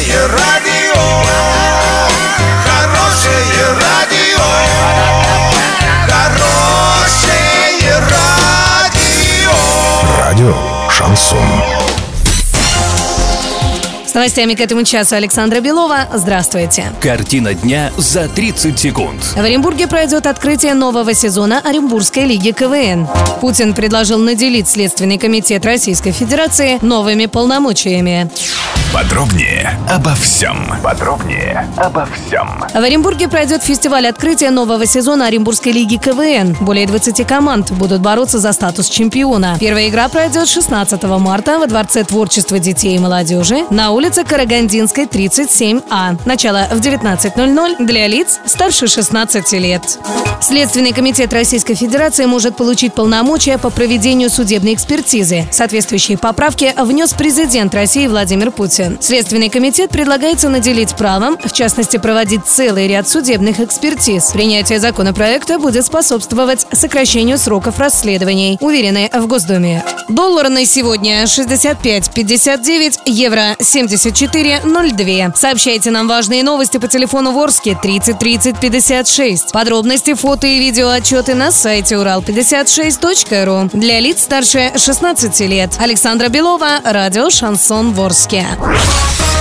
Хорошее радио, хорошее радио, хорошее радио. Радио «Шансон». С новостями к этому часу Александра Белова. Здравствуйте. Картина дня за 30 секунд. В Оренбурге пройдет открытие нового сезона Оренбургской лиги КВН. Путин предложил наделить Следственный комитет Российской Федерации новыми полномочиями. Подробнее обо всем. В Оренбурге пройдет фестиваль открытия нового сезона Оренбургской лиги КВН. Более 20 команд будут бороться за статус чемпиона. Первая игра пройдет 16 марта во Дворце творчества детей и молодежи на улице Карагандинской, 37А. Начало в 19:00 для лиц старше 16 лет. Следственный комитет Российской Федерации может получить полномочия по проведению судебной экспертизы. Соответствующие поправки внес президент России Владимир Путин. Следственный комитет предлагается наделить правом, в частности, проводить целый ряд судебных экспертиз. Принятие законопроекта будет способствовать сокращению сроков расследований, уверены в Госдуме. Доллар на сегодня 65.59, евро 74.02. Сообщайте нам важные новости по телефону Ворске 30 30 56. Подробности, фото и видеоотчеты на сайте урал56.ру. Для лиц старше 16 лет. Александра Белова, радио «Шансон» Ворске.